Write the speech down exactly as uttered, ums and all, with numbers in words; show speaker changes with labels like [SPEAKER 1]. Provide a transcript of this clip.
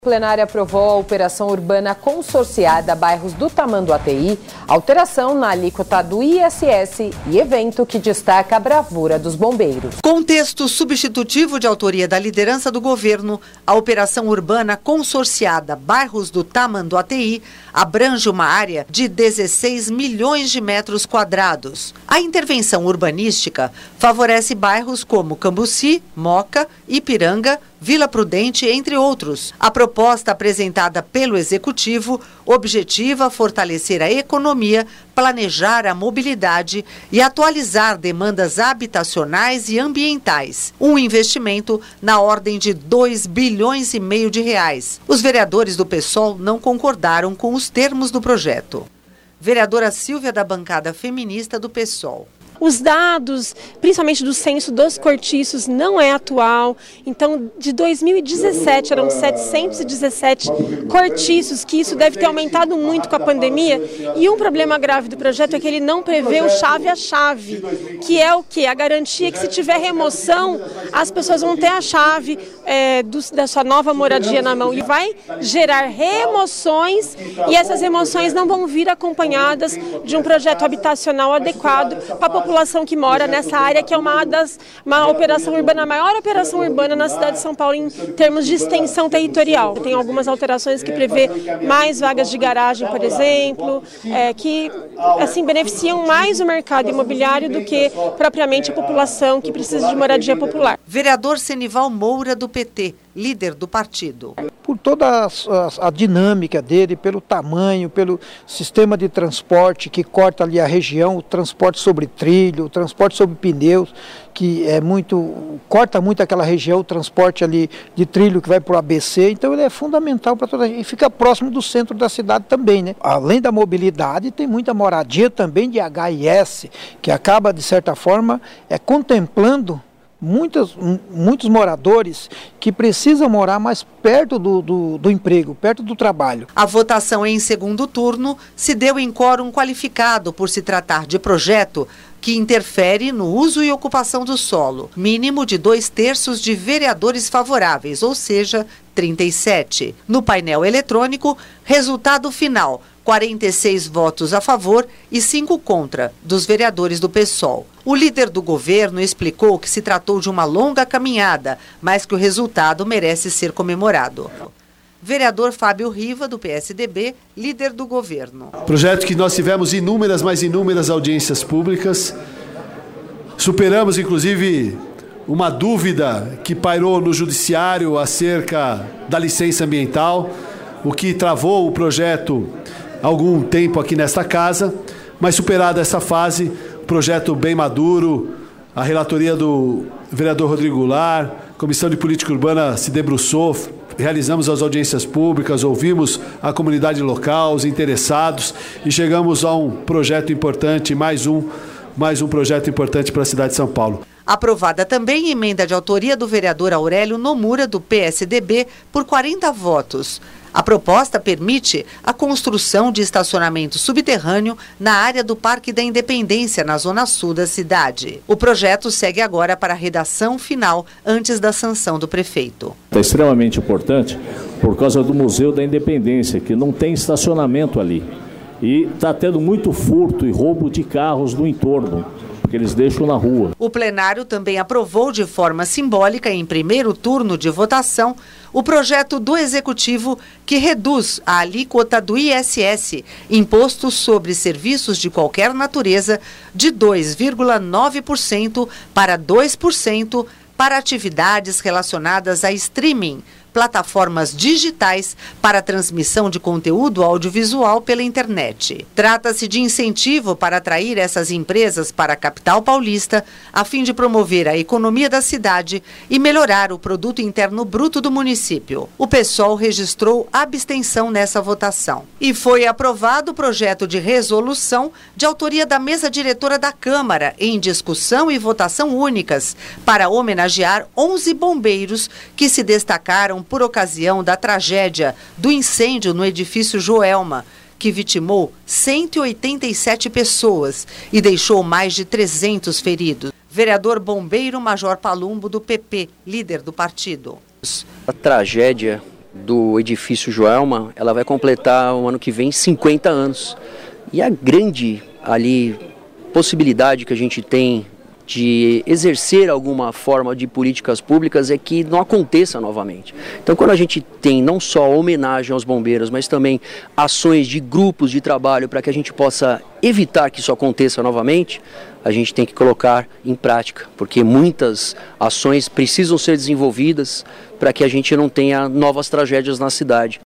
[SPEAKER 1] O plenário aprovou a operação urbana consorciada Bairros do Tamanduateí, alteração na alíquota do I S S e evento que destaca a bravura dos bombeiros.
[SPEAKER 2] Contexto substitutivo de autoria da liderança do governo, a operação urbana consorciada Bairros do Tamanduateí abrange uma área de dezesseis milhões de metros quadrados. A intervenção urbanística favorece bairros como Cambuci, Moca, Ipiranga, Vila Prudente, entre outros. A proposta apresentada pelo Executivo objetiva fortalecer a economia, planejar a mobilidade e atualizar demandas habitacionais e ambientais. Um investimento na ordem de dois bilhões e meio de reais. Os vereadores do PSOL não concordaram com os termos do projeto. Vereadora Silvia, da bancada feminista do PSOL.
[SPEAKER 3] Os dados, principalmente do censo dos cortiços, não é atual. Então, de dois mil e dezessete, eram setecentos e dezessete cortiços, que isso deve ter aumentado muito com a pandemia. E um problema grave do projeto é que ele não prevê o chave a chave, que é o quê? A garantia que, se tiver remoção, as pessoas vão ter a chave é, do, da sua nova moradia na mão. E vai gerar remoções, e essas remoções não vão vir acompanhadas de um projeto habitacional adequado para a população população que mora nessa área, que é uma das uma operação urbana, a maior operação urbana na cidade de São Paulo em termos de extensão territorial. Tem algumas alterações que prevê mais vagas de garagem, por exemplo, é, que assim beneficiam mais o mercado imobiliário do que propriamente a população que precisa de moradia popular.
[SPEAKER 2] Vereador Senival Moura, do P T, líder do partido.
[SPEAKER 4] Por toda a, a, a dinâmica dele, pelo tamanho, pelo sistema de transporte que corta ali a região, o transporte sobre trilho, o transporte sobre pneus, que é muito, corta muito aquela região, o transporte ali de trilho que vai para o A B C, então ele é fundamental para toda a gente. E fica próximo do centro da cidade também, né? Além da mobilidade, tem muita moradia também de H I S, que acaba, de certa forma, é, contemplando Muitos, muitos moradores que precisam morar mais perto do, do, do emprego, perto do trabalho.
[SPEAKER 2] A votação em segundo turno se deu em quórum qualificado por se tratar de projeto que interfere no uso e ocupação do solo. Mínimo de dois terços de vereadores favoráveis, ou seja, trinta e sete. No painel eletrônico, resultado final: quarenta e seis votos a favor e cinco contra, dos vereadores do PSOL. O líder do governo explicou que se tratou de uma longa caminhada, mas que o resultado merece ser comemorado. Vereador Fábio Riva, do P S D B, líder do governo.
[SPEAKER 5] Projeto que nós tivemos inúmeras, mais inúmeras audiências públicas. Superamos, inclusive, uma dúvida que pairou no judiciário acerca da licença ambiental, o que travou o projeto há algum tempo aqui nesta casa, mas superada essa fase, projeto bem maduro, a relatoria do vereador Rodrigo Goulart, a Comissão de Política Urbana se debruçou, realizamos as audiências públicas, ouvimos a comunidade local, os interessados, e chegamos a um projeto importante, mais um, mais um projeto importante para a cidade de São Paulo.
[SPEAKER 2] Aprovada também emenda de autoria do vereador Aurélio Nomura, do P S D B, por quarenta votos. A proposta permite a construção de estacionamento subterrâneo na área do Parque da Independência, na zona sul da cidade. O projeto segue agora para a redação final, antes da sanção do prefeito.
[SPEAKER 6] É extremamente importante por causa do Museu da Independência, que não tem estacionamento ali. E está tendo muito furto e roubo de carros no entorno, que eles deixam na rua.
[SPEAKER 2] O plenário também aprovou de forma simbólica, em primeiro turno de votação, o projeto do Executivo que reduz a alíquota do I S S, imposto sobre serviços de qualquer natureza, de dois vírgula nove por cento para dois por cento para atividades relacionadas a streaming, plataformas digitais para transmissão de conteúdo audiovisual pela internet. Trata-se de incentivo para atrair essas empresas para a capital paulista, a fim de promover a economia da cidade e melhorar o produto interno bruto do município. O PSOL registrou abstenção nessa votação. E foi aprovado o projeto de resolução de autoria da mesa diretora da Câmara, em discussão e votação únicas, para homenagear onze bombeiros que se destacaram por ocasião da tragédia do incêndio no edifício Joelma, que vitimou cento e oitenta e sete pessoas e deixou mais de trezentos feridos. Vereador Bombeiro Major Palumbo, do P P, líder do partido.
[SPEAKER 7] A tragédia do edifício Joelma, ela vai completar o ano que vem cinquenta anos. E a grande ali possibilidade que a gente tem de exercer alguma forma de políticas públicas é que não aconteça novamente. Então, quando a gente tem não só homenagem aos bombeiros, mas também ações de grupos de trabalho para que a gente possa evitar que isso aconteça novamente, a gente tem que colocar em prática, porque muitas ações precisam ser desenvolvidas para que a gente não tenha novas tragédias na cidade.